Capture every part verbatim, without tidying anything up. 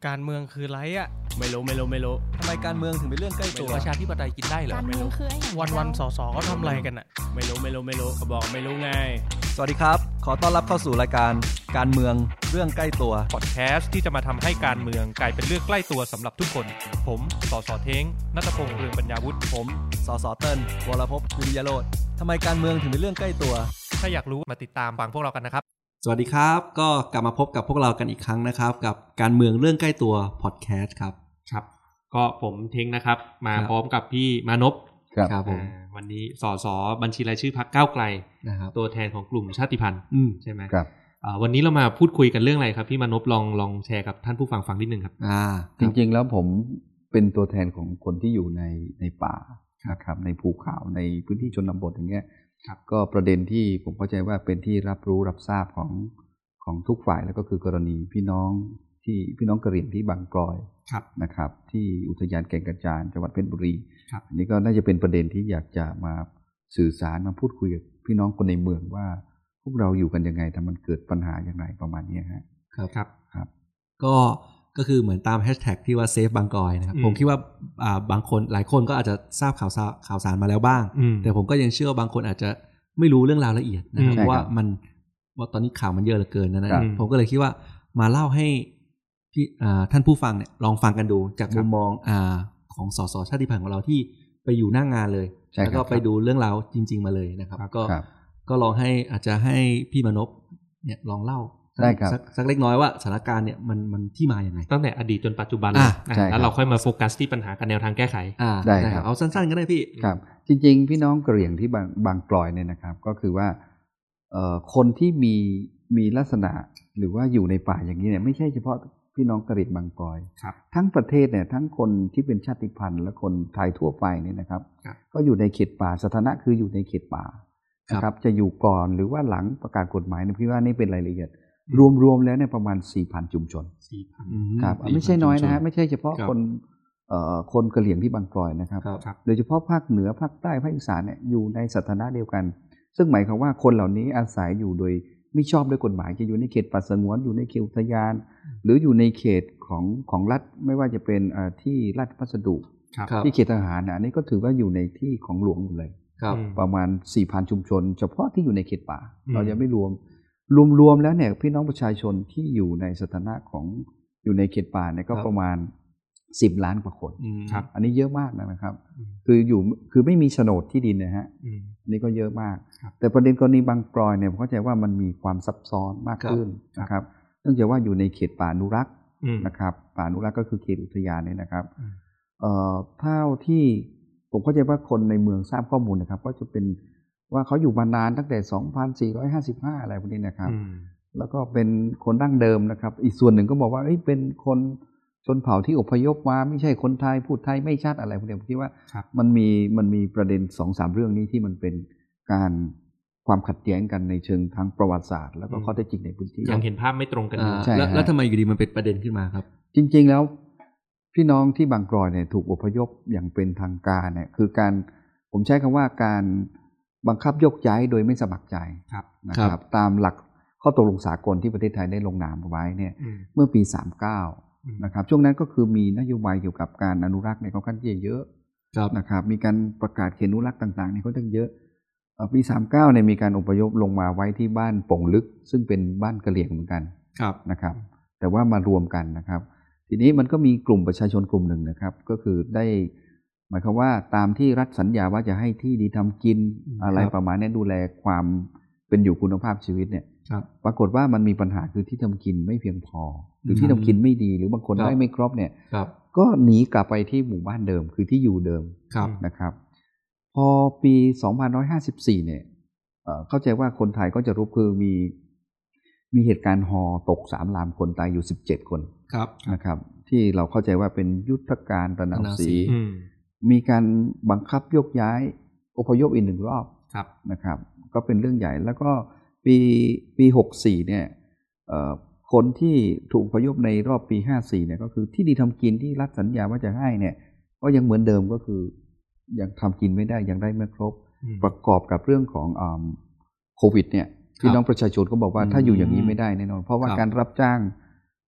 การเมืองคือไรอ่ะไม่รู้ไม่รู้ไม่รู้ทำไมการเมืองถึงเป็นเรื่องใกล้ตัวประชาธิปไตยกินได้เหรอการเมืองคือไอ้วันวันสสก็ทำอะไรกันอ่ะไม่รู้ไม่รู้ไม่รู้เขาบอกไม่รู้ไงสวัสดีครับขอต้อนรับเข้าสู่รายการการเมืองเรื่องใกล้ตัวพอดแคสต์ที่จะมาทำให้การเมืองกลายเป็นเรื่องใกล้ตัวสำหรับทุกคนผมสสเท้งณัฐพงษ์เรืองปัญญาวุฒิผมสสเติ้ลวรภพวิริยโรจน์ทำไมการเมืองถึงเป็นเรื่องใกล้ตัวถ้าอยากรู้มาติดตามฟังพวกเรากันนะครับสวัสดีครับก็กลับมาพบกับพวกเรากันอีกครั้งนะครับกับการเมืองเรื่องใกล้ตัวพอดแคสต์ครับครับก็ผมเท้งนะครับมาพร้อมกับพี่มานพครับผมวันนี้สสบัญชีรายชื่อพรรคก้าวไกลนะครับตัวแทนของกลุ่มชาติพันธุ์ใช่ไหมครับวันนี้เรามาพูดคุยกันเรื่องอะไรครับพี่มานพลองลองแชร์กับท่านผู้ฟังฟังนิดนึงครับอ่าจริงๆแล้วผมเป็นตัวแทนของคนที่อยู่ในในป่านะครับในภูเขาในพื้นที่ชนบทอย่างเงี้ยก็ประเด็นที่ผมเข้าใจว่าเป็นที่รับรู้รับทราบของของทุกฝ่ายแล้วก็คือกรณีพี่น้องที่พี่น้องกะเหรี่ยงที่บางกลอยนะครับที่อุทยานแก่งกระจานจังหวัดเพชรบุรีอันนี้ก็น่าจะเป็นประเด็นที่อยากจะมาสื่อสารมาพูดคุยกับพี่น้องคนในเมืองว่าพวกเราอยู่กันยังไงทำมันเกิดปัญหาอย่างไรประมาณนี้ฮะครับครับครับก็ก็คือเหมือนตามแฮชแท็กที่ว่าเซฟบางกอยนะครับผมคิดว่าอ่าบางคนหลายคนก็อาจจะทราบข่าวสารข่าวสารมาแล้วบ้างแต่ผมก็ยังเชื่อว่าบางคนอาจจะไม่รู้เรื่องราวละเอียดนะครับเพราะว่ามันว่าตอนนี้ข่าวมันเยอะเหลือเกินนะนะผมก็เลยคิดว่ามาเล่าให้พี่ท่านผู้ฟังเนี่ยลองฟังกันดูจากมุมมองอ่าของสสชาติพันธุ์ของเราที่ไปอยู่หน้างานเลยแล้วก็ไปดูเรื่องราวจริงๆมาเลยนะครับก็ก็ลองให้อาจจะให้พี่มนพเนี่ยลองเล่าสักสักเล็กน้อยว่าสถานการณ์เนี่ยมันมันที่มาอย่างไรตั้งแต่อดีตจนปัจจุบันเลยแล้วเราค่อยมาโฟกัสที่ปัญหากันแนวทางแก้ไขได้ครับเอาสั้นๆก็ได้พี่ครับจริงๆพี่น้องกะเหรี่ยงที่บางบางกลอยเนี่ยนะครับก็คือว่าเอ่อคนที่มีมีลักษณะหรือว่าอยู่ในป่าอย่างนี้เนี่ยไม่ใช่เฉพาะพี่น้องกะเหรี่ยงบางกลอยทั้งประเทศเนี่ยทั้งคนที่เป็นชาติพันธุ์และคนไทยทั่วไปเนี่ยนะครับก็อยู่ในเขตป่าสถานะคืออยู่ในเขตป่านะครับจะอยู่ก่อนหรือว่าหลังประกาศกฎหมายเนี่ยพี่ว่านี่เป็นรายละเอียดรวมๆแล้วเนี่ยประมาณ สี่พัน ชุมชนสี่พันครับไม่ใช่น้อยนะฮะไม่ใช่เฉพาะคนเอ่อคนกะเหรี่ยงที่บางกลอยนะครับโดยเฉพาะภาคเหนือภาคใต้ภาคอีสานเนี่ยอยู่ในสถานะเดียวกันซึ่งหมายความว่าคนเหล่านี้อาศัยอยู่โดยไม่ชอบด้วยกฎหมายจะอยู่ในเขตป่าสงวนอยู่ในเขตอุทยานหรืออยู่ในเขตของของรัฐไม่ว่าจะเป็นที่ราชพัสดุที่เขตทหารอันนี้ก็ถือว่าอยู่ในที่ของหลวงหมดเลยประมาณ สี่พัน ชุมชนเฉพาะที่อยู่ในเขตป่าเรายังไม่รวมรวมๆแล้วเนี่ยพี่น้องประชาชนที่อยู่ในสถานะของอยู่ในเขตป่าเนี่ยก็ประมาณสิบล้านกว่าคนอันนี้เยอะมากนะครับคืออยู่คือไม่มีโฉนดที่ดินนะฮะอันนี้ก็เยอะมากแต่ประเด็นกรณีบางกลอยเนี่ยผมเข้าใจว่ามันมีความซับซ้อนมากขึ้นนะครับเนื่องจากว่าอยู่ในเขตป่าอนุรักษ์นะครับป่าอนุรักษ์ก็คือเขตอุทยานเนี่ยนะครับเอ่อเท่าที่ผมเข้าใจว่าคนในเมืองทราบข้อมูลนะครับก็จะเป็นว่าเขาอยู่มานานตั้งแต่สองพันสี่ร้อยห้าสิบห้าอะไรพวกนี้นะครับแล้วก็เป็นคนดั้งเดิมนะครับอีกส่วนหนึ่งก็บอกว่าเอ้ยเป็นคนชนเผ่าที่อพยพมาไม่ใช่คนไทยพูดไทยไม่ชัดอะไรพวกนี้ผมคิดว่ามันมีมันมีประเด็น สองสาม เรื่องนี้ที่มันเป็นการความขัดแย้งกันในเชิงทางประวัติศาสตร์แล้วก็ข้อเท็จจริงในพื้นที่ยังเห็นภาพไม่ตรงกันแล้วแล้วทำไมอยู่ดีมันเป็นประเด็นขึ้นมาครับจริงๆแล้วพี่น้องที่บางกลอยเนี่ยถูกอพยพอย่างเป็นทางการเนี่ยคือการผมใช้คำว่าการบังคับยกย้ายโดยไม่สมัครใจนะครับตามหลักข้อตกลงสากลที่ประเทศไทยได้ลงนามไว้เนี่ยเมื่อปีสามสิบเก้านะครับช่วงนั้นก็คือมีนโยบายเกี่ยวกับการอนุรักษ์ในค่อนข้างเยอะนะครับมีการประกาศเขตอนุรักษ์ต่างๆนี่ค่อนข้างเยอะปีสามสิบเก้าเนี่ยมีการอพยพลงมาไว้ที่บ้านโป่งลึกซึ่งเป็นบ้านกะเหรี่ยงเหมือนกันนะครับแต่ว่ามารวมกันนะครับทีนี้มันก็มีกลุ่มประชาชนกลุ่มหนึ่งนะครับก็คือได้หมายความว่าตามที่รัฐสัญญาว่าจะให้ที่ดีทำกินอะไรประมาณนี้ดูแลความเป็นอยู่คุณภาพชีวิตเนี่ยปรากฏว่ามันมีปัญหาคือที่ทำกินไม่เพียงพอหรือที่ทำกินไม่ดีหรือบางคนได้ไม่ครบเนี่ยก็หนีกลับไปที่หมู่บ้านเดิมคือที่อยู่เดิมนะครับพอปีสองพันหนึ่งร้อยห้าสิบสี่เนี่ยเข้าใจว่าคนไทยก็จะรู้คือมีมีเหตุการณ์ฮอตกสามลำคนตายอยู่สิบเจ็ดคนนะครับที่เราเข้าใจว่าเป็นยุทธการระนาวศรีมีการบังคับยกย้ายอพยพอีกหนึ่งรอบนะครับก็เป็นเรื่องใหญ่แล้วก็ปีปีหกสิบสี่เนี่ยคนที่ถูกอพยพในรอบปีห้าสิบสี่เนี่ยก็คือที่ดีทำกินที่รัฐสัญญาว่าจะให้เนี่ยก็ยังเหมือนเดิมก็คือยังทำกินไม่ได้ยังได้ไม่ครบประกอบกับเรื่องของโควิดเนี่ยพี่น้องประชาชนก็บอกว่าถ้าอยู่อย่างนี้ไม่ได้แน่นอนเพราะว่าการรับจ้าง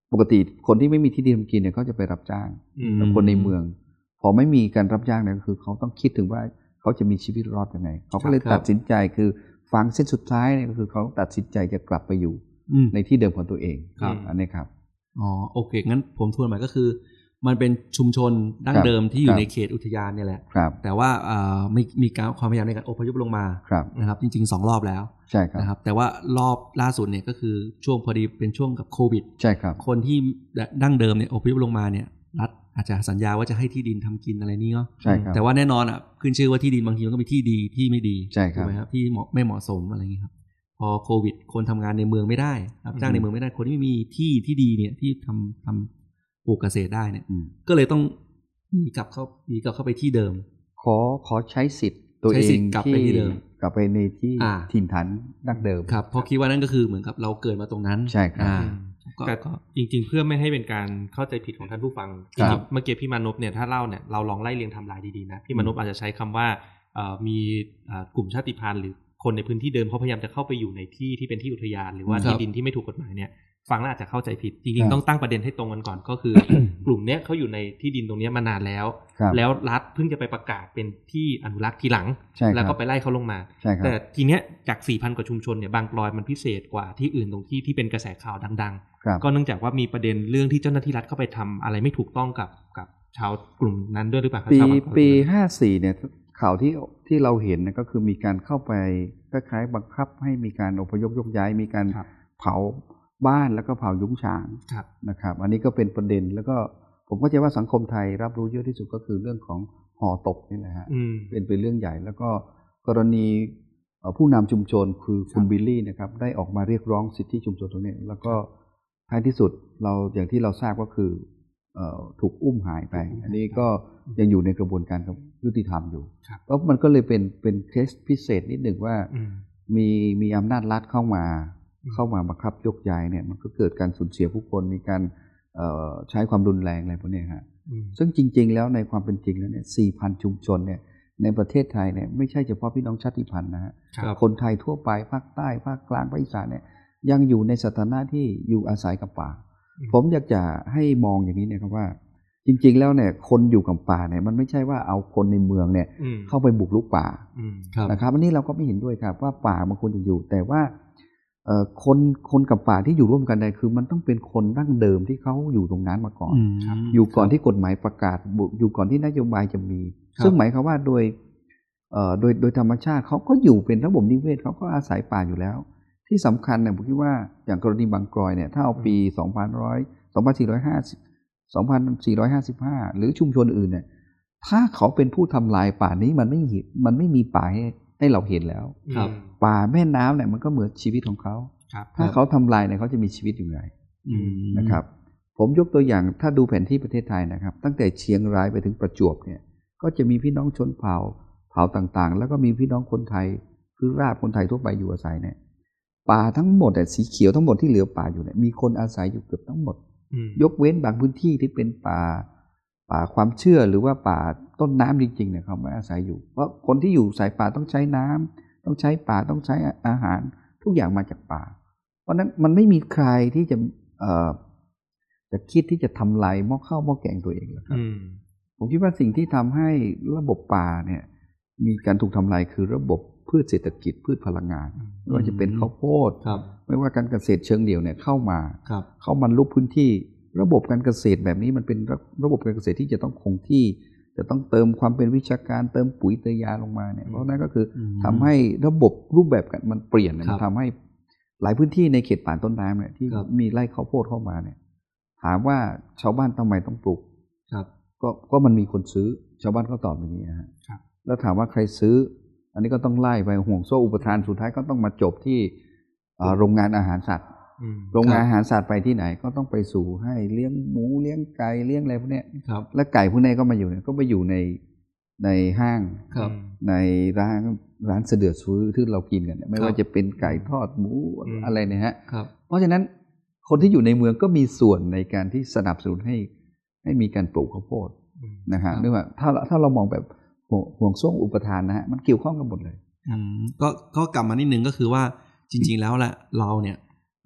ปกติคนที่ไม่มีที่ดินทำกินเนี่ยเขาจะไปรับจ้างแล้วคนในเมืองพอไม่มีการรับจ้างเนี่ยก็คือเขาต้องคิดถึงว่าเขาจะมีชีวิตรอดยังไงเขาก็เลยตัดสินใจคือฟังเส้นสุดท้ายเนี่ยก็คือเขาตัดสินใจจะกลับไปอยู่ในที่เดิมของตัวเองอันนี้ครับอ๋อโอเคงั้นผมทวนใหม่ก็คือมันเป็นชุมชนดั้งเดิมที่อยู่ในเขตอุทยานเนี่ยแหละแต่ว่าไม่มีการความพยายามในการอพยพลงมานะครับจริงๆสองรอบแล้วใช่ครับนะครับแต่ว่ารอบล่าสุดเนี่ยก็คือช่วงพอดีเป็นช่วงกับโควิดใช่ครับคนที่ดั้งเดิมเนี่ยอพยพลงมาเนี่ยรัฐอาจจะสัญญาว่าจะให้ที่ดินทำกินอะไรนี่เนาะใช่ครับแต่ว่าแน่นอนอ่ะขึ้นชื่อว่าที่ดินบางทีมันก็มีที่ดีที่ไม่ดีใช่ครับถูกไหมครับที่ไม่เหมาะสมอะไรอย่างนี้ครับพอโควิดคนทำงานในเมืองไม่ได้รับจ้างในเมืองไม่ได้คนที่ไม่มีที่ที่ดีเนี่ยที่ทำทำปลูกเกษตรได้เนี่ยก็เลยต้องหนีกลับเข้าหนีกลับเข้าไปที่เดิมขอขอใช้สิทธิ์ตัวเองกลับไปที่เดิมกลับไปในที่ถิ่นฐานดั้งเดิมครับเพราะคิดว่านั่นก็คือเหมือนกับเราเกิดมาตรงนั้นใช่ครับแต่จริงๆเพื่อไม่ให้เป็นการเข้าใจผิดของท่านผู้ฟังจริงๆเมื่อกี้พี่มานพเนี่ยถ้าเล่าเนี่ยเราลองไล่เรียงไทม์ไลน์ดีๆนะพี่มานพอาจจะใช้คำว่ามีกลุ่มชาติพันธุ์หรือคนในพื้นที่เดิมเขาพยายามจะเข้าไปอยู่ในที่ที่เป็นที่อุทยานหรือว่าที่ดินที่ไม่ถูกกฎหมายเนี่ยฟังแล้วอาจจะเข้าใจผิดจริงๆต้องตั้งประเด็นให้ตรงกันก่อนก็คือกลุ่มเนี้ยเขาอยู่ในที่ดินตรงนี้มานานแล้วแล้วรัฐเพิ่งจะไปประกาศเป็นที่อนุรักษ์ทีหลังแล้วก็ไปไล่เขาลงมาแต่ทีเนี้ยจาก สี่พัน กว่าชุมชนเนี่ยบางกลอยมันพิเศษกว่าที่อื่นตรงที่ที่เป็นกระแสข่าวดังๆก็เนื่องจากว่ามีประเด็นเรื่องที่เจ้าหน้าที่รัฐเข้าไปทำอะไรไม่ถูกต้องกับกับชาวกลุ่มนั้นด้วยหรือเปล่าครับปีปีห้าสี่เนี่ยข่าวที่ที่เราเห็นเนี่ยก็คือมีการเข้าไปคล้ายๆบังคับให้มีการอพยพยกย้ายมีการเผาบ้านแล้วก็เผายุ้งฉางนะครับอันนี้ก็เป็นประเด็นแล้วก็ผมก็จะว่าสังคมไทยรับรู้เยอะที่สุดก็คือเรื่องของหอตกนี่แหละฮะเป็นเป็นเรื่องใหญ่แล้วก็กรณีผู้นำชุมชนคือคุณบิลลี่นะครับได้ออกมาเรียกร้องสิทธิชุมชนตรงนี้แล้วก็ท้ายที่สุดเราอย่างที่เราทราบก็คือถูกอุ้มหายไปอันนี้ก็ยังอยู่ในกระบวนการยุติธรรมอยู่แล้วมันก็เลยเป็นเป็นเคสพิเศษนิดหนึ่งว่ามีมีอำนาจรัฐเข้ามาเข้ามาบังคับยกย้ายเนี่ยมันก็เกิดการสูญเสียผู้คนมีการใช้ความรุนแรงอะไรพวกนี้ฮะซึ่งจริงๆแล้วในความเป็นจริงแล้วเนี่ย สี่พัน ชุมชนเนี่ยในประเทศไทยเนี่ยไม่ใช่เฉพาะพี่น้องชาติพันธุ์นะฮะคนไทยทั่วไปภาคใต้ภาคกลางภาคอีสานเนี่ยยังอยู่ในสถานะที่อยู่อาศัยกับป่าผมอยากจะให้มองอย่างนี้นะครับว่าจริงๆแล้วเนี่ยคนอยู่กับป่าเนี่ยมันไม่ใช่ว่าเอาคนในเมืองเนี่ยเข้าไปบุกรุกป่านะครับอันนี้เราก็ไม่เห็นด้วยครับว่าป่ามันควรจะอยู่แต่ว่าคนคนกับป่าที่อยู่ร่วมกันได้คือมันต้องเป็นคนดั้งเดิมที่เขาอยู่ตรงนั้นมาก่อนอยู่ก่อนที่กฎหมายประกาศอยู่ก่อนที่นโยบายจะมีซึ่งหมายความว่าโดยโดยโดยธรรมชาติเขาก็อยู่เป็นระบบนิเวศเขาก็อาศัยป่าอยู่แล้วที่สำคัญเนี่ยผมคิดว่าอย่างกรณีบางกรอยเนี่ยถ้าเอาปีสองพันสี่ร้อยห้าสิบ สองพันสี่ร้อยห้าสิบห้าหรือชุมชนอื่นเนี่ยถ้าเขาเป็นผู้ทำลายป่านี้มันไม่มันไม่มีป่าให้ให้เราเห็นแล้วป่าแม่น้ำเนี่ยมันก็เหมือนชีวิตของเขาถ้าเขาทำลายเนี่ยเขาจะมีชีวิตอย่างไรนะครับผมยกตัวอย่างถ้าดูแผนที่ประเทศไทยนะครับตั้งแต่เชียงรายไปถึงประจวบเนี่ยก็จะมีพี่น้องชนเผ่าเผ่าต่างๆแล้วก็มีพี่น้องคนไทยคือราบคนไทยทั่วไปอยู่อาศัยเนี่ยป่าทั้งหมดแต่สีเขียวทั้งหมดที่เหลือป่าอยู่เนี่ยมีคนอาศัยอยู่เกือบทั้งหมดยกเว้นบางพื้นที่ที่เป็นป่าป่าความเชื่อหรือว่าป่าต้นน้ำจริงๆเนี่ยเขาไม่อาศัยอยู่เพราะคนที่อยู่สายป่าต้องใช้น้ำต้องใช้ป่าต้องใช้อาหารทุกอย่างมาจากป่าเพราะนั้นมันไม่มีใครที่จะเอ่อจะคิดที่จะทำลายหม้อข้าวหม้อแกงตัวเองหรอกครับผมคิดว่าสิ่งที่ทำให้ระบบป่าเนี่ยมีการถูกทำลายคือระบบพืชเศรษฐกิจพืชพลังงานไม่ว่าจะเป็นข้าวโพดไม่ว่าการเกษตรเชิงเดี่ยวเนี่ยเข้ามาเข้ามาลุกพื้นที่ระบบการเกษตรแบบนี้มันเป็นระบบการเกษตรที่จะต้องคงที่จะต้องเติมความเป็นวิชาการเติมปุ๋ยเติมยาลงมาเนี่ยเพราะนั้นก็คือทำให้ระบบรูปแบบกันมันเปลี่ยนมันทำให้หลายพื้นที่ในเขตป่าต้นน้ำเนี่ยที่มีไร่ข้าวโพดเข้ามาเนี่ยถามว่าชาวบ้านทำไมต้องปลูกก็ก็มันมีคนซื้อชาวบ้านก็ตอบอย่างนี้ฮะแล้วถามว่าใครซื้ออันนี้ก็ต้องไล่ไปห่วงโซ่อุปทานสุดท้ายก็ต้องมาจบที่โรงงานอาหารสัตว์โรงงานอาหารสัตว์ไปที่ไหนก็ต้องไปสู่ให้เลี้ยงหมูเลี้ยงไก่เลี้ยงอะไรพวกนี้แล้วไก่พวกนี้ก็มาอยู่เนี่ยก็ไปอยู่ในในห้างในร้านร้านเสดือดซื้อที่เรากินกันไม่ว่าจะเป็นไก่ทอดหมูอะไรเนี่ยฮะเพราะฉะนั้นคนที่อยู่ในเมืองก็มีส่วนในการที่สนับสนุนให้ให้มีการปลูกข้าวโพดนะฮะนึกว่าถ้าถ้าเรามองแบบห่วงโซ่อุปทานนะฮะมันเกี่ยวข้องกันหมดเลยก็ก็กลับมานิดนึงก็คือว่าจริงๆแล้วแหละเราเนี่ย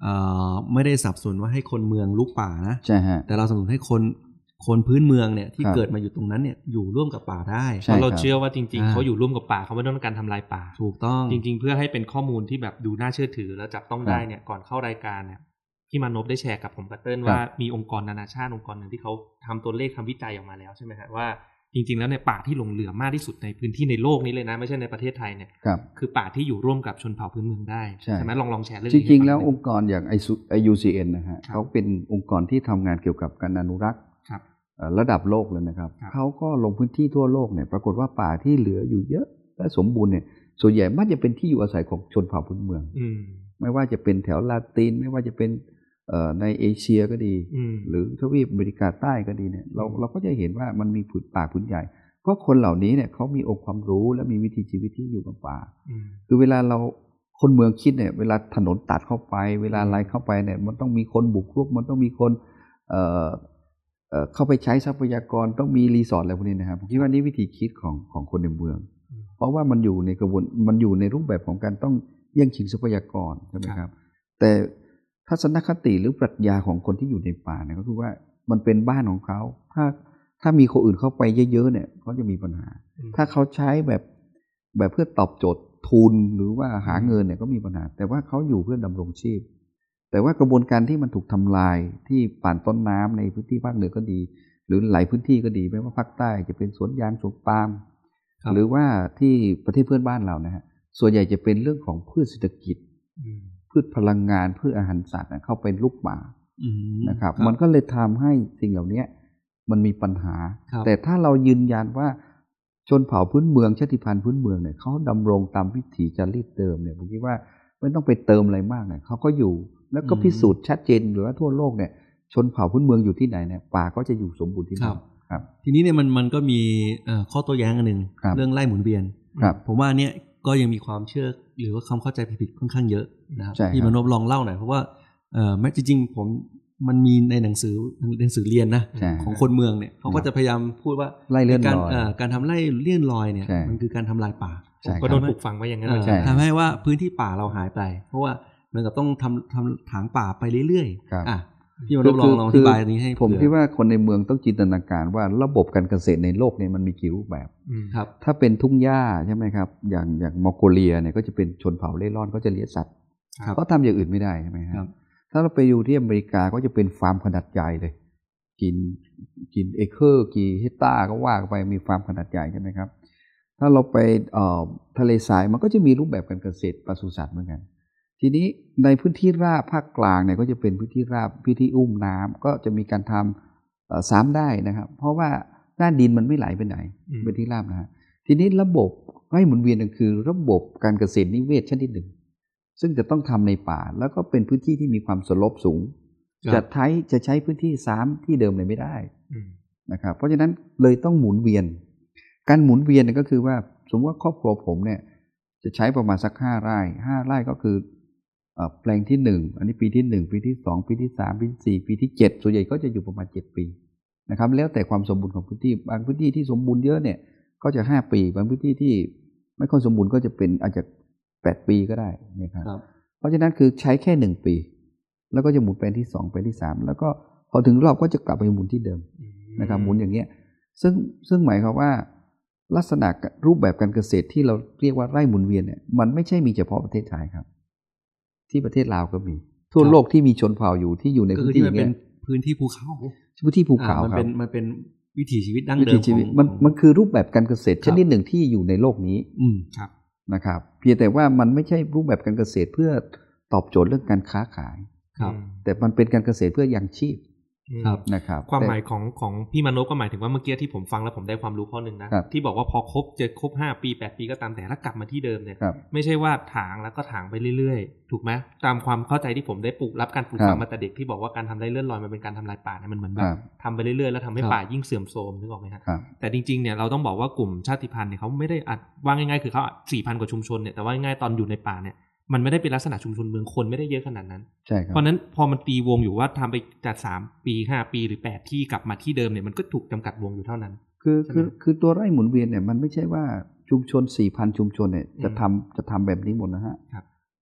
เอ่อไม่ได้สนับสนุนว่าให้คนเมืองลุกป่านะใช่ฮะแต่เราสนับสนุนให้คนคนพื้นเมืองเนี่ยที่เกิดมาอยู่ตรงนั้นเนี่ยอยู่ร่วมกับป่าได้เพราะเราเชื่อว่าจริงๆเขาอยู่ร่วมกับป่าเขาไม่ต้องการทำลายป่าถูกต้องจริงๆเพื่อให้เป็นข้อมูลที่แบบดูน่าเชื่อถือและจับต้องได้เนี่ยก่อนเข้ารายการเนี่ยพี่มานพได้แชร์กับผมกับเติ้ลว่ามีองค์กรนานาชาติองค์กรหนึ่งที่เขาทำตัวเลขทำวิจัยออกมาแล้วใช่ไหมฮะว่าจริงๆแล้วในป่าที่หลงเหลือมากที่สุดในพื้นที่ในโลกนี้เลยนะไม่ใช่ในประเทศไทยเนี่ยคือป่าที่อยู่ร่วมกับชนเผ่าพื้นเมืองได้ใช่ไหมลองลองแชร์เรื่องนี้จริงๆแล้วองค์กรอย่าง ไอ ยู ซี เอ็น นะฮะเขาเป็นองค์กรที่ทำงานเกี่ยวกับการอนุรักษ์ระดับโลกเลยนะครับเขาก็ลงพื้นที่ทั่วโลกเนี่ยปรากฏว่าป่าที่เหลืออยู่เยอะและสมบูรณ์เนี่ยส่วนใหญ่มักจะเป็นที่อยู่อาศัยของชนเผ่าพื้นเมืองไม่ว่าจะเป็นแถวลาตินไม่ว่าจะเป็นในเอเชียก็ดีหรือทวีปอเมริกาใต้ก็ดีเนี่ยเราเราก็จะเห็นว่ามันมีผืนป่าผืนใหญ่เพราะคนเหล่านี้เนี่ยเขามีองค์ความรู้และมีวิถีชีวิตที่อยู่กับป่าคือเวลาเราคนเมืองคิดเนี่ยเวลาถนนตัดเข้าไปเวลาอะไรเข้าไปเนี่ยมันต้องมีคนบุกรุกมันต้องมีคนเอ่อเข้าไปใช้ทรัพยากรต้องมีรีสอร์ทอะไรพวกนี้นะครับผมคิดว่านี่วิธีคิดของของคนในเมืองเพราะว่ามันอยู่ในกระบวนมันอยู่ในรูปแบบของการต้องแย่งชิงทรัพยากรใช่ไหมครับแต่ทัศนคติหรือปรัชญาของคนที่อยู่ในป่าเนี่ยก็คือว่ามันเป็นบ้านของเขาถ้าถ้ามีคนอื่นเข้าไปเยอะๆเนี่ยเขาจะมีปัญหาถ้าเขาใช้แบบแบบเพื่อตอบโจทย์ทุนหรือว่าหาเงินเนี่ยก็มีปัญหาแต่ว่าเขาอยู่เพื่อดำรงชีพแต่ว่ากระบวนการที่มันถูกทำลายที่ป่านต้นน้ำในพื้นที่ภาคเหนือก็ดีหรือหลายพื้นที่ก็ดีไม่ว่าภาคใต้จะเป็นสวนยางสวนปาล์มหรือว่าที่ประเทศเพื่อนบ้านเรานะฮะส่วนใหญ่จะเป็นเรื่องของพืชเศรษฐกิจพืชพลังงานพืชอาหารสัตว์เข้าไปลุกป่านะครับมันก็เลยทำให้สิ่งเหล่านี้มันมีปัญหาแต่ถ้าเรายืนยันว่าชนเผ่าพื้นเมืองชาติพันธุ์พื้นเมืองเนี่ยเขาดำรงตามวิถีจารีตเดิมเนี่ยผมคิดว่าไม่ต้องไปเติมอะไรมากเนี่ยเขาก็อยู่แล้วก็พิสูจน์ชัดเจนหรือว่าทั่วโลกเนี่ยชนเผ่าพื้นเมืองอยู่ที่ไหนเนี่ยป่าก็จะอยู่สมบูรณ์ที่นั่นครับทีนี้เนี่ยมันมันก็มีข้อโต้แย้งอันนึงเรื่องไล่หมุนเวียนผมว่าเนี่ยก็ยังมีความเชื่อหรือว่าความเข้าใจผิดๆค่อนข้างเยอะนะครับพี่มนพลองเล่าหน่อยเพราะว่าเอ่อแม้จริงๆผมมันมีในหนังสือหนังสือเรียนนะของคนเมืองเนี่ยเขาก็จะพยายามพูดว่าการการทำไล่เลี่ยนลอยเนี่ยมันคือการทำลายป่าก็โดนปลูกฝังไว้อย่างนั้นเลยทำให้ว่าพื้นที่ป่าเราหายไปเพราะว่าเหมือนกับต้องทำทำถางป่าไปเรื่อยๆอ่ะพี่มนพลองลองอธิบายนี้ให้ผมคิดว่าคนในเมืองต้องจินตนาการว่าระบบการเกษตรในโลกเนี่ยมันมีกี่รูปแบบครับถ้าเป็นทุ่งหญ้าใช่ไหมครับอย่างอย่างมองโกเลียเนี่ยก็จะเป็นชนเผ่าเล่ร่อนก็จะเลี้ยงสัตว์เขาทำอย่างอื่นไม่ได้ใช่ไหมครับถ้าเราไปอยู่ที่อเมริกาก็จะเป็นฟาร์มขนาดใหญ่เลยกินกินเอเคอร์กี่เฮกตาร์ก็ว่าไปมีฟาร์มขนาดใหญ่ใช่ไหมครับถ้าเราไปทะเลทรายมันก็จะมีรูปแบบการเกษตรปศุสัตว์เหมือนกันทีนี้ในพื้นที่ราบภาคกลางเนี่ยก็จะเป็นพื้นที่ราบพื้นที่อุ้มน้ำก็จะมีการทำซ้ำได้นะครับเพราะว่าด้านดินมันไม่ไหลไปไหนเป็นที่ราบนะฮะทีนี้ระบบให้หมุนเวียนก็คือระบบการเกษตรนิเวศชนิดหนึ่งซึ่งจะต้องทำในป่าแล้วก็เป็นพื้นที่ที่มีความสลบสูงจะใช้จะใช้พื้นที่ซ้ำที่เดิมเลยไม่ได้นะครับเพราะฉะนั้นเลยต้องหมุนเวียนการหมุนเวียนก็คือว่าสมมติว่าครอบครัวผมเนี่ยจะใช้ประมาณสักห้าไร่ห้าไร่ก็คือแปลงที่หนึ่งอันนี้ปีที่หนึ่งปีที่สองปีที่สามปีที่สี่ปีที่เจ็ดส่วนใหญ่ก็จะอยู่ประมาณเจ็ดปีนะครับแล้วแต่ความสมบูรณ์ของพื้นที่บางพื้นที่ที่สมบูรณ์เยอะเนี่ยก็จะห้าปีบางพื้นที่ที่ไม่ค่อยสมบูรณ์ก็จะเป็นอาจจะแปดปีก็ได้นะครับเพราะฉะนั้นคือใช้แค่หนึ่งปีแล้วก็จะหมุนแปลงที่สองแปลงที่สามแล้วก็พอถึงรอบก็จะกลับไปหมุนที่เดิมนะครับหมุนอย่างเงี้ยซึ่งซึ่งหมายความว่าลักษณะรูปแบบการเกษตรที่เราเรียกว่าไร่หมุนเวียนเนี่ยมันไม่ใช่มีเฉพาะประเทศไทยครับที่ประเทศลาวก็มีทั่วโลกที่มีชนเผ่าอยู่ที่อยู่ในพื้นที่อย่างเงี้ยพื้นที่ภูเขาพื้นที่ภูเขาครับมันเป็นมันเป็นวิถีชีวิตดั้งเดิมของมันมันคือรูปแบบการเกษตรชนิดหนึ่งที่อยู่ในโลกนี้ครับนะครับเพียงแต่ว่ามันไม่ใช่รูปแบบการเกษตรเพื่อตอบโจทย์เรื่องการค้าขายแต่มันเป็นการเกษตรเพื่อยังชีพนะครับความหมายของของพี่มนพก็หมายถึงว่าเมื่อกี้ที่ผมฟังแล้วผมได้ความรู้ข้อนึงนะที่บอกว่าพอครบจะครบห้าปีแปดปีก็ตามแต่ถ้ากลับมาที่เดิมเนี่ยไม่ใช่ว่าถางแล้วก็ถางไปเรื่อยๆถูกไหมตามความเข้าใจที่ผมได้ปลูกรับการปลูกฝังมาแต่เด็กที่บอกว่าการทำไร่เลื่อนลอยมันเป็นการทำลายป่าเนี่ยมันเหมือนแบบทำไปเรื่อยๆแล้วทำให้ป่ายิ่งเสื่อมโทรมนึกออกไหมครับแต่จริงๆเนี่ยเราต้องบอกว่ากลุ่มชาติพันธุ์เนี่ยเขาไม่ได้อัดว่าง่ายๆคือเขาสี่พันกว่าชุมชนเนี่ยแต่ว่าง่ายๆตอนอยู่ในป่าเนี่ยมันไม่ได้เป็นลักษณะชุมชนเมืองคนไม่ได้เยอะขนาดนั้นใช่ครับเพราะนั้นพอมันตีวงอยู่ว่าทำไปจากสามปีห้าปีหรือแปดที่กลับมาที่เดิมเนี่ยมันก็ถูกจำกัดวงอยู่เท่านั้นคือคือคือตัวไร่หมุนเวียนเนี่ยมันไม่ใช่ว่าชุมชน สี่พัน ชุมชนเนี่ยจะทำจะทำแบบนี้หมดนะฮะ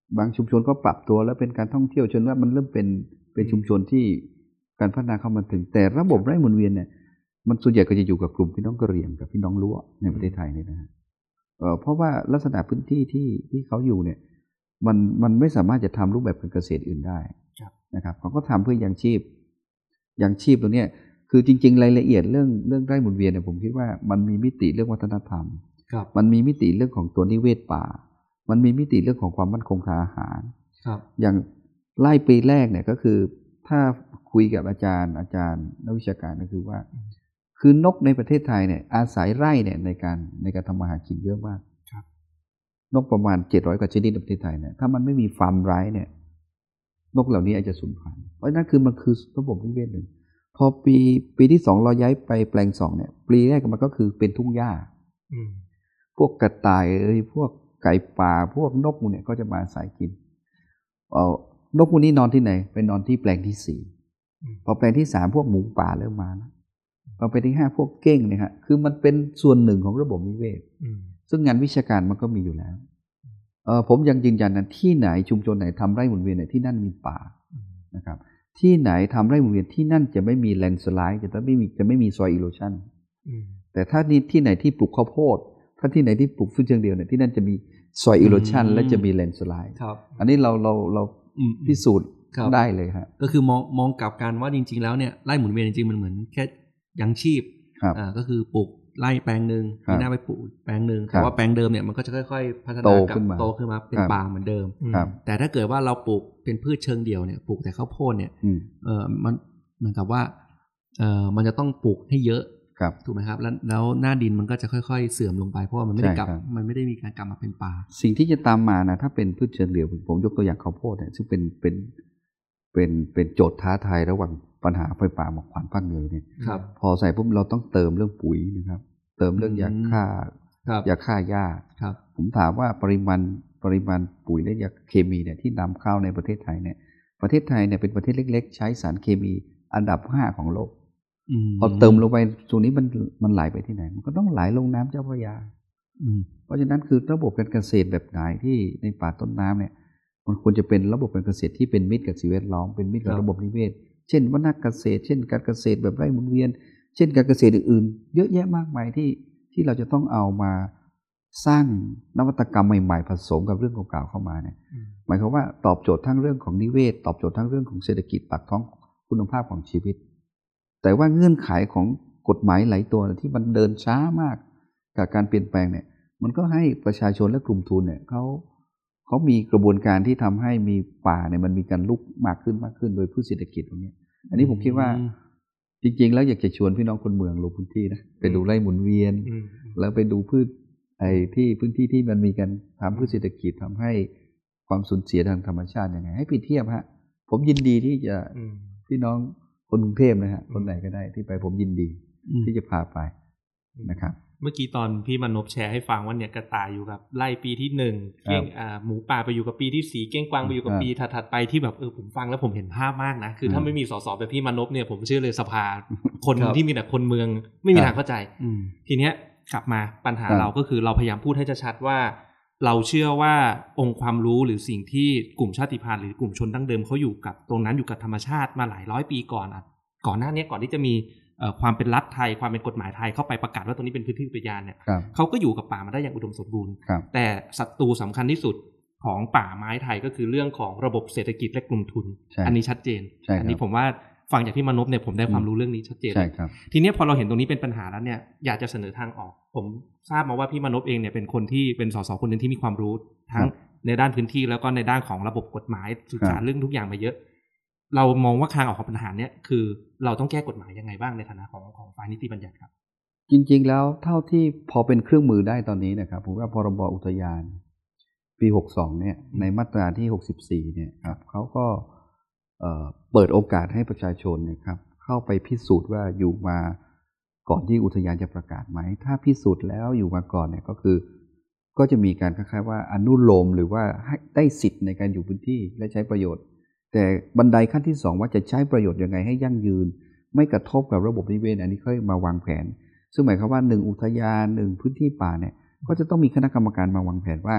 บางชุมชนก็ปรับตัวแล้วเป็นการท่องเที่ยวจนว่ามันเริ่มเป็นเป็นชุมชนที่การพัฒนาเข้ามาถึงแต่ระบบไร่หมุนเวียนเนี่ยมันส่วนใหญ่ก็จะอยู่กับกลุ่มพี่น้องกะเหรี่ยงกับพี่น้องล้วในประเทศไทยเนี่ยนะฮะเอ่อเพราะว่าลักษณะพื้นที่ที่ที่เขาอยู่เนี่ยมันมันไม่สามารถจะทำรูปแบบการเกษตรอื่นได้นะครับเขาก็ทำเพื่อยังชีพยังชีพตรงนี้คือจริงๆรายละเอียดเรื่องเรื่องไร่หมุนเวียนเนี่ยผมคิดว่ามันมีมิติเรื่องวัฒนธรรมมันมีมิติเรื่องของตัวนิเวศป่ามันมีมิติเรื่องของความมั่นคงทางอาหารอย่างไร่ปีแรกเนี่ยก็คือถ้าคุยกับอาจารย์อาจารย์นักวิชาการก็คือว่าคือนกในประเทศไทยเนี่ยอาศัยไร่เนี่ยในการในการทำมาหากินเยอะมากนกประมาณเจ็ดร้อยกว่าชนิดในประเทศไทยเนี่ยถ้ามันไม่มีฟาร์มไร่เนี่ยนกเหล่านี้อาจจะสูญพันธุ์เพราะนั่นคือมันคือระบบนิเวศหนึ่งพอปีปีที่สองเราย้ายไปแปลงสองเนี่ยปีแรกมันก็คือเป็นทุ่งหญ้าพวกกระต่ายเอ้ยพวกไก่ป่าพวกนกมูเนี่ยก็จะมาอาศัยกินเอ่อนกมูนี้นอนที่ไหนไปนอนที่แปลงที่สี่พอแปลงที่สามพวกหมูป่าเริ่มมาแล้วพอไปที่ห้าพวกเก้งเนี่ยฮะคือมันเป็นส่วนหนึ่งของระบบนิเวศซึ่งงานวิชาการมันก็มีอยู่แล้วเออผมยังยืนยันนะที่ไหนชุมชนไหนทำไร่หมุนเวียนเนี่ยที่นั่นมีป่านะครับที่ไหนทำไร่หมุนเวียนที่นั่นจะไม่มีแลนด์สไลด์จะไม่มีจะไม่มีซอยอีโรชันแต่ถ้านี่ที่ไหนที่ปลูกข้าวโพดถ้าที่ไหนที่ปลูกพืชเชิงเดียวเนี่ยที่นั่นจะมีซอยอีโรชันและจะมีแลนด์สไลด์อันนี้เราเราเราพิสูจน์ได้เลยครับก็คือมองมองกลับกันว่าจริงๆแล้วเนี่ยไร่หมุนเวียนจริงๆมันเหมือนแค่ยังชีพอ่าก็คือปลูกไร่แปลงหนึ่งมีหน้าไปปลูกแปลงหนึ่งแต่ว่าแปลงเดิมเนี่ยมันก็จะค่อยๆพัฒนากับโตขึ้นมาเป็นป่าเหมือนเดิมแต่ถ้าเกิดว่าเราปลูกเป็นพืชเชิงเดี่ยวเนี่ยปลูกแต่ข้าวโพดเนี่ยเออมันเหมือนกับว่าเออมันจะต้องปลูกให้เยอะถูกไหมครับแล้วแล้วหน้าดินมันก็จะค่อยๆเสื่อมลงไปเพราะว่ามันไม่ได้กลับมันไม่ได้มีการกลับมาเป็นป่าสิ่งที่จะตามมานะถ้าเป็นพืชเชิงเดี่ยวผมยกตัวอย่างข้าวโพดเนี่ยซึ่งเป็นเป็นเป็นเป็นโจทย์ท้าทายระหว่างปัญหาไฟป่าหมอกควันภาคเหนือเนี่ยพอใส่ปุ๊บเราต้องเติมเรื่องปุ๋ยนะครับเติมเรื่องยาฆ่ายาฆ่าหญ้าผมถามว่าปริมาณปริมาณปุ๋ยและยาเคมีเนี่ยที่นำเข้าในประเทศไทยเนี่ยประเทศไทยเนี่ยเป็นประเทศเล็กๆใช้สารเคมีอันดับห้าของโลกพอเติมลงไปตรงนี้มันมันไหลไปที่ไหนมันก็ต้องไหลลงน้ำเจ้าพระยาเพราะฉะนั้นคือระบบการเกษตรแบบไหนที่ในป่าต้นน้ำเนี่ยมันควรจะเป็นระบบการเกษตรที่เป็นมิตรกับสิ่งแวดล้อมเป็นมิตรกับระบบนิเวศเช่นวรรณเกษตรเช่นการเกษตรแบบไร่หมุนเวียนเช่นการเกษตรอื่นๆเยอะแยะมากมายที่ที่เราจะต้องเอามาสร้างนวัตกรรมใหม่ๆผสมกับเรื่องเก่าๆเข้ามาเนี่ยหมายความว่าตอบโจทย์ทั้งเรื่องของนิเวศตอบโจทย์ทั้งเรื่องของเศรษฐกิจปากท้องคุณภาพของชีวิตแต่ว่าเงื่อนไขของกฎหมายหลายตัวที่มันเดินช้ามากกับการเปลี่ยนแปลงเนี่ยมันก็ให้ประชาชนและกลุ่มทุนเนี่ยเขาเขามีกระบวนการที่ทำให้มีป่าเนี่ยมันมีการลุกมากขึ้นมากขึ้นโดยพืชเศรษฐกิจตรงนี้อันนี้ผมคิดว่าจริงๆแล้วอยากจะชวนพี่น้องคนเมืองลงพื้นที่นะไปดูไร่หมุนเวียนแล้วไปดูพืชไอ้ที่พื้นที่ที่มันมีการทำพืชเศรษฐกิจทำให้ความสูญเสียทางธรรมชาติยังไงให้เปรียบเทียบฮะผมยินดีที่จะพี่น้องคนกรุงเทพนะฮะคนไหนก็ได้ที่ไปผมยินดีที่จะพาไปนะครับเมื่อกี้ตอนพี่มนพแชร์ให้ฟังว่าเนี่ยกระต่ายอยู่กับไร่ปีที่หนึ่งเก้งอ่าหมูป่าไปอยู่กับปีที่สี่เก้งกวางไปอยู่กับปีถัดๆไปที่แบบเออผมฟังแล้วผมเห็นภาพมากนะคือถ้าไม่มีสสแบบพี่มนพเนี่ยผมเชื่อเลยสภาคนที่มีแต่คนเมืองไม่มีทางเข้าใจทีเนี้ยกลับมาปัญหาเราก็คือเราพยายามพูดให้ชัดๆว่าเราเชื่อว่าองค์ความรู้หรือสิ่งที่กลุ่มชาติพันธุ์หรือกลุ่มชนดั้งเดิมเขาอยู่กับตรงนั้นอยู่กับธรรมชาติมาหลายร้อยปีก่อนอ่ะก่อนหน้านี้ก่อนที่จะมีความเป็นรัฐไทยความเป็นกฎหมายไทยเข้าไปประกาศว่าตรงนี้เป็นพื้นที่อุทยานเนี่ยเขาก็อยู่กับป่ามาได้อย่างอุดมสมบูรณ์แต่ศัตรูสำคัญที่สุดของป่าไม้ไทยก็คือเรื่องของระบบเศรษฐกิจและกลุ่มทุนอันนี้ชัดเจนอันนี้ผมว่าฟังจากพี่มนพเนี่ยผมได้ความรู้เรื่องนี้ชัดเจนทีนี้พอเราเห็นตรงนี้เป็นปัญหาแล้วเนี่ยอยากจะเสนอทางออกผมทราบมาว่าพี่มนพเองเนี่ยเป็นคนที่เป็นสสคนนึงที่มีความรู้ทั้งในด้านพื้นที่แล้วก็ในด้านของระบบกฎหมายศึกษาเรื่องทุกอย่างมาเยอะเรามองว่าทางออกของปัญหาเนี้ยคือเราต้องแก้กฎหมายยังไงบ้างในฐานะของของฝ่ายนิติบัญญัติครับจริงๆแล้วเท่าที่พอเป็นเครื่องมือได้ตอนนี้นะครับผมว่าพรบอุทยานปีหกสิบสองเนี่ยในมาตราที่หกสิบสี่เนี่ยครับเขาก็เอ่อเปิดโอกาสให้ประชาชนนะครับเข้าไปพิสูจน์ว่าอยู่มาก่อนที่อุทยานจะประกาศไหมถ้าพิสูจน์แล้วอยู่มาก่อนเนี่ยก็คือก็จะมีการคล้ายๆว่าอนุโลมหรือว่าให้ได้สิทธิ์ในการอยู่พื้นที่และใช้ประโยชน์แต่บันไดขั้นที่สองว่าจะใช้ประโยชน์ยังไงให้ยั่งยืนไม่กระทบกับระบบนิเวศอันนี้ค่อยมาวางแผนซึ่งหมายความว่าหนึ่งอุทยานหนึ่งพื้นที่ป่าเนี่ยก็จะต้องมีคณะกรรมการมาวางแผนว่า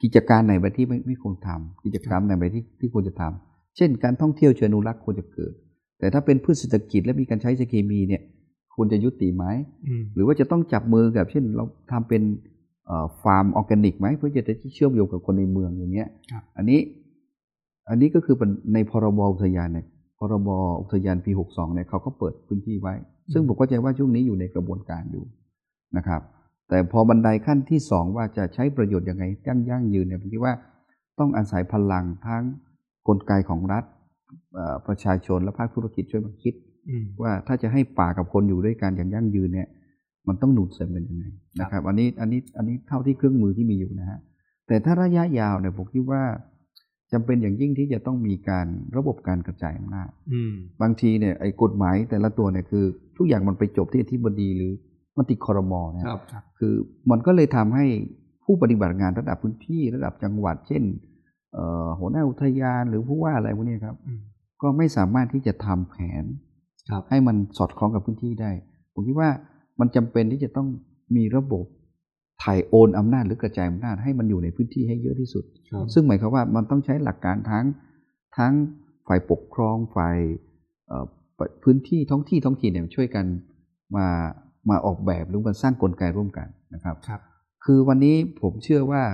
กิจการไหนไปที่ไม่ไม่ควรทำกิจกรรมไหนไปที่ที่ควรจะทำเช่นการท่องเที่ยวเชิงอนุรักษ์ควรจะเกิดแต่ถ้าเป็นพืชเศรษฐกิจและมีการใช้สารเคมีเนี่ยควรจะยุติไหมหรือว่าจะต้องจับมือกับเช่นเราทำเป็นฟาร์มออร์แกนิกไหมเพื่อจะได้เชื่อมโยงกับคนในเมืองอย่างเงี้ยอันนี้อันนี้ก็คือในพรบอุทยานเนี่ยพรบอุทยานปีหกสิบสองเนี่ยเขาก็เปิดพื้นที่ไว้ซึ่งผมเข้าใจว่าช่วงนี้อยู่ในกระบวนการอยู่นะครับแต่พอบันไดขั้นที่สองว่าจะใช้ประโยชน์ยังไงยั่งยั่งยืนเนี่ยผมคิดว่าต้องอาศัยพลังทั้งกลไกของรัฐประชาชนและภาคธุรกิจช่วยมาคิดว่าถ้าจะให้ป่ากับคนอยู่ด้วยกันอย่างยั่งยืนเนี่ยมันต้องหนุนเสริมกันยังไงนะครับอันนี้อันนี้อันนี้เท่าที่เครื่องมือที่มีอยู่นะฮะแต่ถ้าระยะยาวเนี่ยผมคิดว่าจำเป็นอย่างยิ่งที่จะต้องมีการระบบการกระจายอำนาจบางทีเนี่ยไอ้กฎหมายแต่ละตัวเนี่ยคือทุกอย่างมันไปจบที่อธิบดีหรือมติครมนะครับคือมันก็เลยทำให้ผู้ปฏิบัติงานระดับพื้นที่ระดับจังหวัดเช่นหัวหน้าอุทยานหรือผู้ว่าอะไรพวกนี้ครับก็ไม่สามารถที่จะทำแผนให้มันสอดคล้องกับพื้นที่ได้ผมคิดว่ามันจำเป็นที่จะต้องมีระบบถ่ายโอนอำนาจหรือกระจายอำนาจให้มันอยู่ในพื้นที่ให้เยอะที่สุดซึ่งหมายความว่ามันต้องใช้หลักการทั้งทั้งฝ่ายปกครองฝ่ายพื้นที่ท้องที่ท้องถิ่นเนี่ยช่วยกันมามาออกแบบหรือมาสร้างกลไกร่วมกันนะครับครับคือวันนี้ผมเชื่อว่า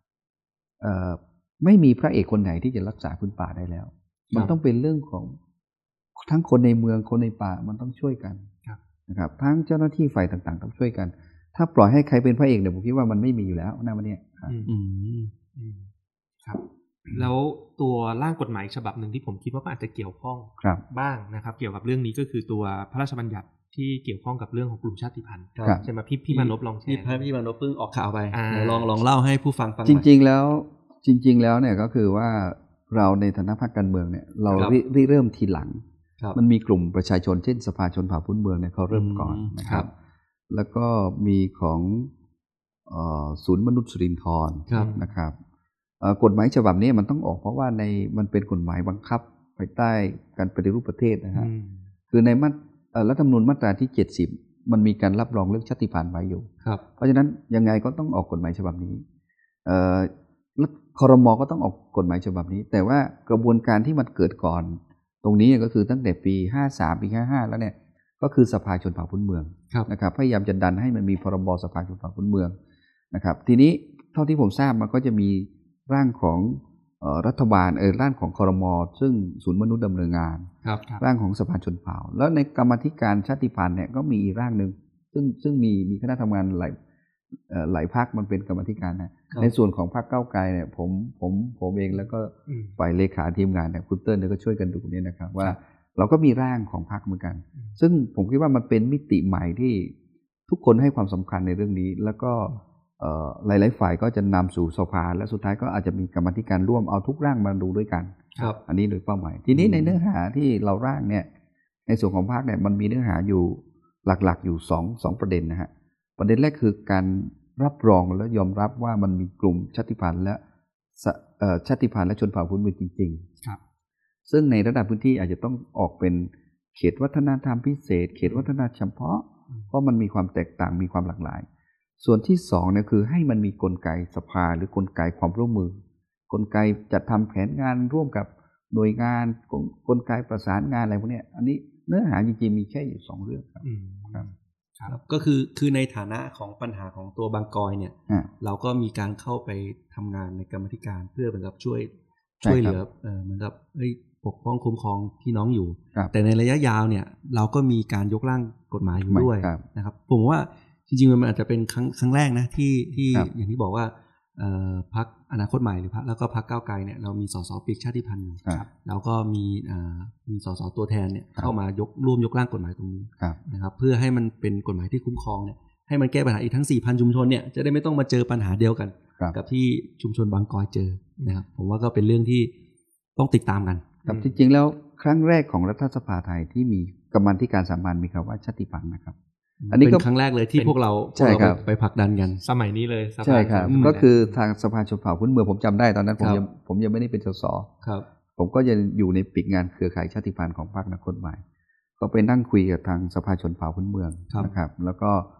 ไม่มีพระเอกคนไหนที่จะรักษาพื้นป่าได้แล้วมันต้องเป็นเรื่องของทั้งคนในเมืองคนในป่ามันต้องช่วยกันนะครับทั้งเจ้าหน้าที่ฝ่ายต่างๆต้องช่วยกันถ้าปล่อยให้ใครเป็นพระเอกเนี่ยผมคิดว่ามันไม่มีอยู่แล้วนะวันนี้ครับครับแล้วตัวร่างกฎหมายฉบับหนึ่งที่ผมคิดว่าอาจจะเกี่ยวข้องบ้างนะครับเกี่ยวกับเรื่องนี้ก็คือตัวพระราชบัญญัติที่เกี่ยวข้องกับเรื่องของกลุ่มชาติพันธุ์ใช่ไหมพี่พี่มานพลองแชร์พี่มานพเพิ่งออกข่าวไปลองลองเล่าให้ผู้ฟังฟังจริงๆแล้วจริงๆแล้วเนี่ยก็คือว่าเราในฐานะพรรคการเมืองเนี่ยเราริเริ่มทีหลังมันมีกลุ่มประชาชนเช่นสภาชนเผ่าพื้นเมืองเนี่ยเขาเริ่มก่อนนะครับแล้วก็มีของศูนย์มนุษย์สุรินทร์นะครับกฎหมายฉบับนี้มันต้องออกเพราะว่าในมันเป็นกฎหมายบังคับภายใต้การปฏิรูปประเทศนะฮะคือในมาตรารัฐธรรมนูญมาตราที่เจ็ดสิบมันมีการรับรองเรื่องชาติพันธุ์ไว้อยู่เพราะฉะนั้นยังไงก็ต้องออกกฎหมายฉบับนี้ครม.ก็ต้องออกกฎหมายฉบับนี้แต่ว่ากระบวนการที่มันเกิดก่อนตรงนี้ก็คือตั้งแต่ปีห้าสามปีห้าห้าแล้วเนี่ยก็คือสภาชนเผ่าพื้นเมืองนะครับพยายามจะดันให้มันมีพรบสภาชนเผ่าพื้นเมืองนะครับทีนี้เท่าที่ผมทราบมันก็จะมีร่างของรัฐบาลเออร่างของครม.ซึ่งศูนย์มนุษย์ดำเนินงานร่างของสภาชนเผ่าแล้วในกรรมธิการชาติพันธุ์เนี่ยก็มีอีกร่างนึงซึ่งซึ่งมีมีคณะทำงานหลายหลายพรรคมันเป็นกรรมธิการนะในส่วนของพรรคก้าวไกลเนี่ยผมผมผมเองแล้วก็ฝ่ายเลขาทีมงานเนี่ยคุณเติ้ลเนี่ยก็ช่วยกันดูเนี่ยนะครับว่าเราก็มีร่างของพรรคเหมือนกันซึ่งผมคิดว่ามันเป็นมิติใหม่ที่ทุกคนให้ความสำคัญในเรื่องนี้แล้วก็หลายๆฝ่ายก็จะนำสู่สภาและสุดท้ายก็อาจจะมีกรรมธิการร่วมเอาทุกร่างมาดูด้วยกันอันนี้โดยเป้าหมายทีนี้ในเนื้อหาที่เราร่างเนี่ยในส่วนของพรรคเนี่ยมันมีเนื้อหาอยู่หลักๆอยู่สองสองประเด็นนะฮะประเด็นแรกคือการรับรองและยอมรับว่ามันมีกลุ่มชาติพันธุ์และชาติพันธุ์และชนเผ่าพื้นเมืองจริงๆครับซึ่งในระดับพื้นที่อาจจะต้องออกเป็นเขตวัฒนธรรมพิเศษเขตวัฒนธรรมเฉพาะเพราะมันมีความแตกต่างมีความหลากหลายส่วนที่สองเนี่ยคือให้มันมีกลไกสภาหรือกลไกความร่วมมือกลไกจัดทำแผนงานร่วมกับหน่วยงานกลไกประสานงานอะไรพวกนี้อันนี้เนื้อหาจริงๆมีแค่อยู่สองเรื่องครับครับก็คือคือในฐานะของปัญหาของตัวบางกอยเนี่ยเราก็มีการเข้าไปทำงานในกรรมธิการเพื่อเหมือนกับช่วยช่วยเหลือเหมือนกับปกป้องคุ้มครองพี่น้องอยู่แต่ในระยะยาวเนี่ยเราก็มีการยกร่างกฎหมายอยู่ด้วยนะครับผมว่าจริงๆมันอาจจะเป็นครั้งครั้งแรกนะที่ที่อย่างที่บอกว่าพรรคอนาคตใหม่หรือพรรคแล้วก็พรรคก้าวไกลเนี่ยเรามีสสปีกชาติพันธุ์แล้วก็มีมีสสตัวแทนเนี่ยเข้ามายกร่วมยกร่างกฎหมายตรงนี้นะครับเพื่อให้มันเป็นกฎหมายที่คุ้มครองเนี่ยให้มันแก้ปัญหาอีกทั้ง สี่พัน ชุมชนเนี่ยจะได้ไม่ต้องมาเจอปัญหาเดียวกันกับที่ชุมชนบางกอยเจอนะครับผมว่าก็เป็นเรื่องที่ต้องติดตามกันครับจริงๆแล้วครั้งแรกของรัฐสภาไทยที่มีกรรมาธิการสามัญมีคำว่าชาติพันธุ์นะครับอันนี้เป็นครั้งแรกเลยที่พวกเราพวกเราไปผลักดันกันสมัยนี้เลยใช่ครับก็คือทางสภาชนเผ่าพื้นเมืองผมจำได้ตอนนั้นผมยังผมยังไม่ได้เป็นสสครับผมก็ยังอยู่ในปีกงานเครือข่ายชาติพันธุ์ของพรรคอนาคตใหม่ก็ไปนั่งคุยกับทางสภาชนเผ่าพื้นเมืองนะครับแล้วก็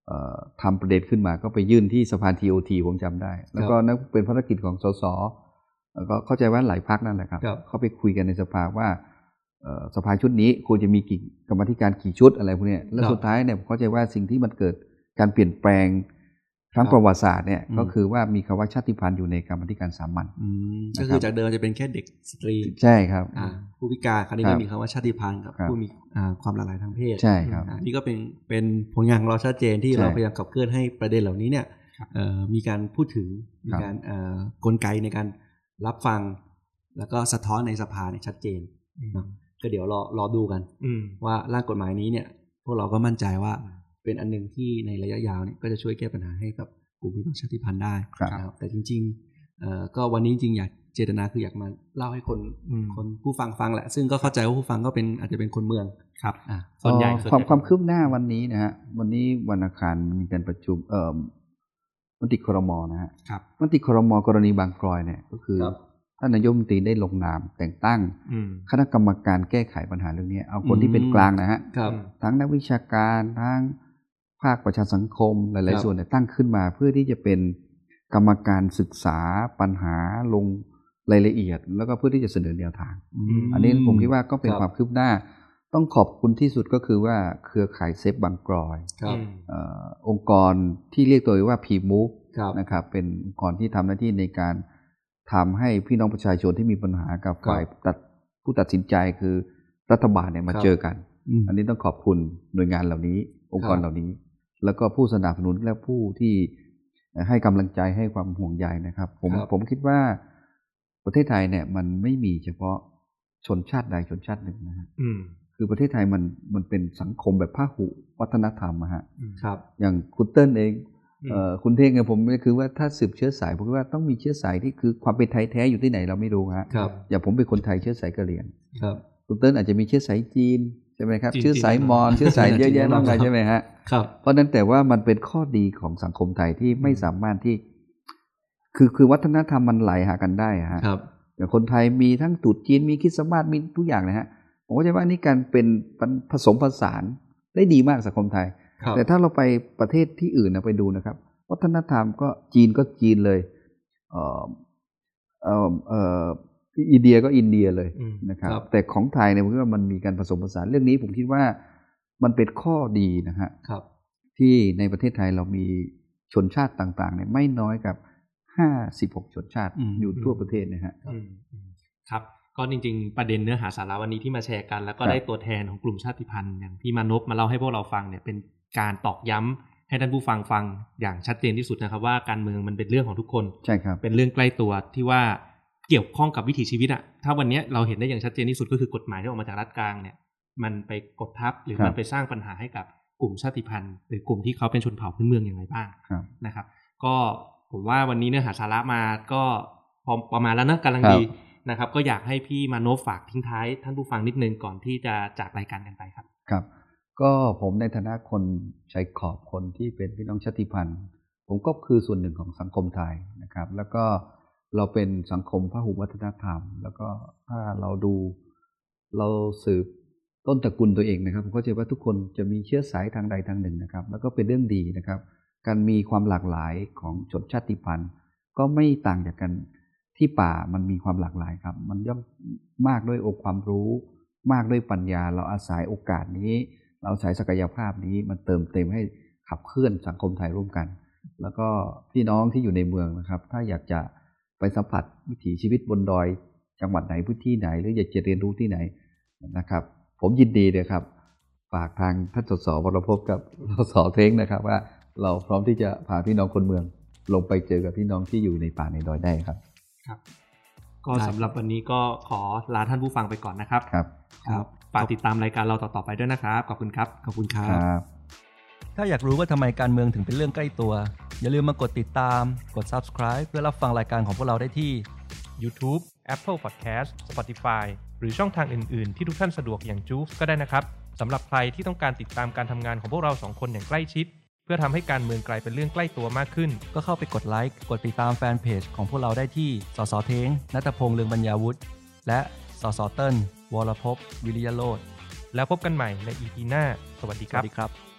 ทำประเด็นขึ้นมาก็ไปยื่นที่สภา ที โอ ที ผมจำได้แล้วก็นั่นเป็นภารกิจของสสแล้วก็เข้าใจว่าหลายพรรคนั่นแหละครับเขาไปคุยกันในสภาว่าสภาชุดนี้ควรจะมีกี่กรรมธิการกี่ชุดอะไรพวกนี้แล้วสุดท้ายเนี่ยผมเข้าใจว่าสิ่งที่มันเกิดการเปลี่ยนแปลงครั้งประวัติศาสตร์เนี่ยก็คือว่ามีคำว่าชาติพันธุ์อยู่ในกรรมธิการสามัญก็คือจากเดิมจะเป็นแค่เด็กสตรีใช่ครับผู้พิการคราวนี้ก็มีคำว่าชาติพันธุ์กับผู้มีความหลากหลายทางเพศใช่ครับนี่ก็เป็นเป็นผลงานของเราชัดเจนที่เราพยายามขับเคลื่อนให้ประเด็นเหล่านี้เนี่ยมีการพูดถึงมีการกลไกในการรับฟังแล้วก็สะท้อนในสภาเนี่ยชัดเจนก็เดี๋ยวรอรอดูกันว่าร่างกฎหมายนี้เนี่ยพวกเราก็มั่นใจว่าเป็นอันนึงที่ในระยะยาวเนี่ยก็จะช่วยแก้ปัญหาให้กับกลุ่มพี่น้องชาติพันธุ์ได้นะครับแต่จริงๆก็วันนี้จริงอยากเจตนาคืออยากมาเล่าให้คนคนผู้ฟังฟังแหละซึ่งก็เข้าใจว่าผู้ฟังก็เป็นอาจจะเป็นคนเมืองครับส่วนใหญ่ความความคืบหน้าวันนี้นะฮะวันนี้วันอังคารมีการประชุมเอ่อมติครม.นะฮะมติครม.กรณีบางกรอยเนี่ยก็คือท่านนายกรัฐมนตรีได้ลงนามแต่งตั้งคณะกรรมการแก้ไขปัญหาเรื่องนี้เอาคนที่เป็นกลางนะฮะทั้งนักวิชาการทั้งภาคประชาสังคมหลายๆส่วนเนี่ยตั้งขึ้นมาเพื่อที่จะเป็นกรรมการศึกษาปัญหาลงรายละเอียดแล้วก็เพื่อที่จะเสนอแนวทางอันนี้ผมคิดว่าก็เป็นความคืบหน้าต้องขอบคุณที่สุดก็คือว่าเครือข่ายเซฟบางกรอยองค์กรที่เรียกตัวว่า พี มูฟ นะครับเป็นองค์กรที่ทำหน้าที่ในการทำให้พี่น้องประชาชนที่มีปัญหากับฝ่ายผู้ตัดสินใจคือรัฐบาลเนี่ยมาเจอกันอันนี้ต้องขอบคุณหน่วยงานเหล่านี้องค์กรเหล่านี้แล้วก็ผู้สนับสนุนและผู้ที่ให้กำลังใจให้ความห่วงใยนะครับผมผมคิดว่าประเทศไทยเนี่ยมันไม่มีเฉพาะชนชาติใดชนชาติหนึ่งนะฮะคือประเทศไทยมันมันเป็นสังคมแบบพหุวัฒนธรรมอะฮะอย่างคุณเติ้ลเองคุณเท่งเนี่ยผมก็คือว่าถ้าสืบเชื้อสายผมว่าต้องมีเชื้อสายที่คือความเป็นไทยแท้อยู่ที่ไหนเราไม่รู้ฮะอย่างผมเป็นคนไทยเชื้อสายกะเหรี่ยงคุณเติ้ลอาจจะมีเชื้อสายจีนใช่ไหมครับเชื้อสายมอญเชื้อสายเยอะแยะมากมายใช่ไหมฮะเพราะนั้นแต่ว่ามันเป็นข้อดีของสังคมไทยที่ไม่สามารถที่คือคือวัฒนธรรมมันไหลหากันได้ฮะอย่างคนไทยมีทั้งตรุษจีนมีคริสต์มาสมีทุกอย่างนะฮะผมก็จะว่านี่การเป็นผสมผสานได้ดีมากสังคมไทยแต่ถ้าเราไปประเทศที่อื่นนะไปดูนะครับวัฒนธรรมก็จีนก็จีนเลยเอ่อเอ่อเอ่ออินเดียก็อินเดียเลยนะครับแต่ของไทยเนี่ยผมคิดว่ามันมีการผสมผสานเรื่องนี้ผมคิดว่ามันเป็นข้อดีนะฮะที่ในประเทศไทยเรามีชนชาติต่างๆเนี่ยไม่น้อยกับห้าสิบหกชนชาติอยู่ทั่วประเทศนะฮะครับก็จริงๆประเด็นเนื้อหาสาระวันนี้ที่มาแชร์กันแล้วก็ได้ตัวแทนของกลุ่มชาติพันธุ์อย่างพี่มานพมาเล่าให้พวกเราฟังเนี่ยเป็นการตอกย้ำให้ท่านผู้ฟังฟังอย่างชัดเจนที่สุดนะครับว่าการเมืองมันเป็นเรื่องของทุกคนใช่ครับเป็นเรื่องใกล้ตัวที่ว่าเกี่ยวข้องกับวิถีชีวิตอะถ้าวันนี้เราเห็นได้อย่างชัดเจนที่สุดก็คือกฎหมายที่ออกมาจากรัฐกลางเนี่ยมันไปกดทับหรือมันไปสร้างปัญหาให้กับกลุ่มชาติพันธุ์หรือกลุ่มที่เขาเป็นชนเผ่าพื้นเมืองอย่างไรบ้างนะครับก็ผมว่าวันนี้เนื้อหาสาระมาก็พอประมาณแล้วนะกำลังดีนะครับก็อยากให้พี่มานพฝากทิ้งท้ายท่านผู้ฟังนิดนึงก่อนที่จะจากรายการกันไปครับครับก็ผมในฐานะคนชายขอบคนที่เป็นพี่น้องชาติพันธุ์ผมก็คือส่วนหนึ่งของสังคมไทยนะครับแล้วก็เราเป็นสังคมพหุวัฒนธรรมแล้วก็ถ้าเราดูเราสืบต้นตระกูลตัวเองนะครับผมก็เชื่อว่าทุกคนจะมีเชื้อสายทางใดทางหนึ่งนะครับแล้วก็เป็นเรื่องดีนะครับการมีความหลากหลายของชนชาติพันธุ์ก็ไม่ต่างจากกันที่ป่ามันมีความหลากหลายครับมันย่อมมากด้วยองค์ความรู้มากด้วยปัญญาเราอาศัยโอกาสนี้เราอาศัยศักยภาพนี้มันเติมเต็มให้ขับเคลื่อนสังคมไทยร่วมกันแล้วก็พี่น้องที่อยู่ในเมืองนะครับถ้าอยากจะไปสัมผัสวิถีชีวิตบนดอยจังหวัดไหนพื้นที่ไหนหรืออยากจะเรียนรู้ที่ไหนนะครับผมยินดีเลยครับฝากทางท่านสสวรภพกับสสเท้งนะครับว่าเราพร้อมที่จะพาพี่น้องคนเมืองลงไปเจอกับพี่น้องที่อยู่ในป่าในดอยได้ครับครับก็สำหรับวันนี้ก็ขอลาท่านผู้ฟังไปก่อนนะครับครับครับฝากติดตามรายการเราต่อๆไปด้วยนะครับขอบคุณครับขอบคุณครับถ้าอยากรู้ว่าทำไมการเมืองถึงเป็นเรื่องใกล้ตัวอย่าลืมมากดติดตามกด Subscribe เพื่อรับฟังรายการของพวกเราได้ที่ YouTube Apple Podcast Spotify หรือช่องทางอื่นๆที่ทุกท่านสะดวกอย่างจู๊กก็ได้นะครับสำหรับใครที่ต้องการติดตามการทำงานของพวกเราสองคนอย่างใกล้ชิดเพื่อทำให้การเมืองกลายเป็นเรื่องใกล้ตัวมากขึ้นก็เข้าไปกดไลค์กดติดตามแฟนเพจของพวกเราได้ที่สสเท้งณัฐพงษ์เลืองบรรยาวุฒิและสสเติ้ลวรภพวิริยโรจน์แล้วพบกันใหม่ใน อี พี หน้าสวัสดีครับสวัสดีครับ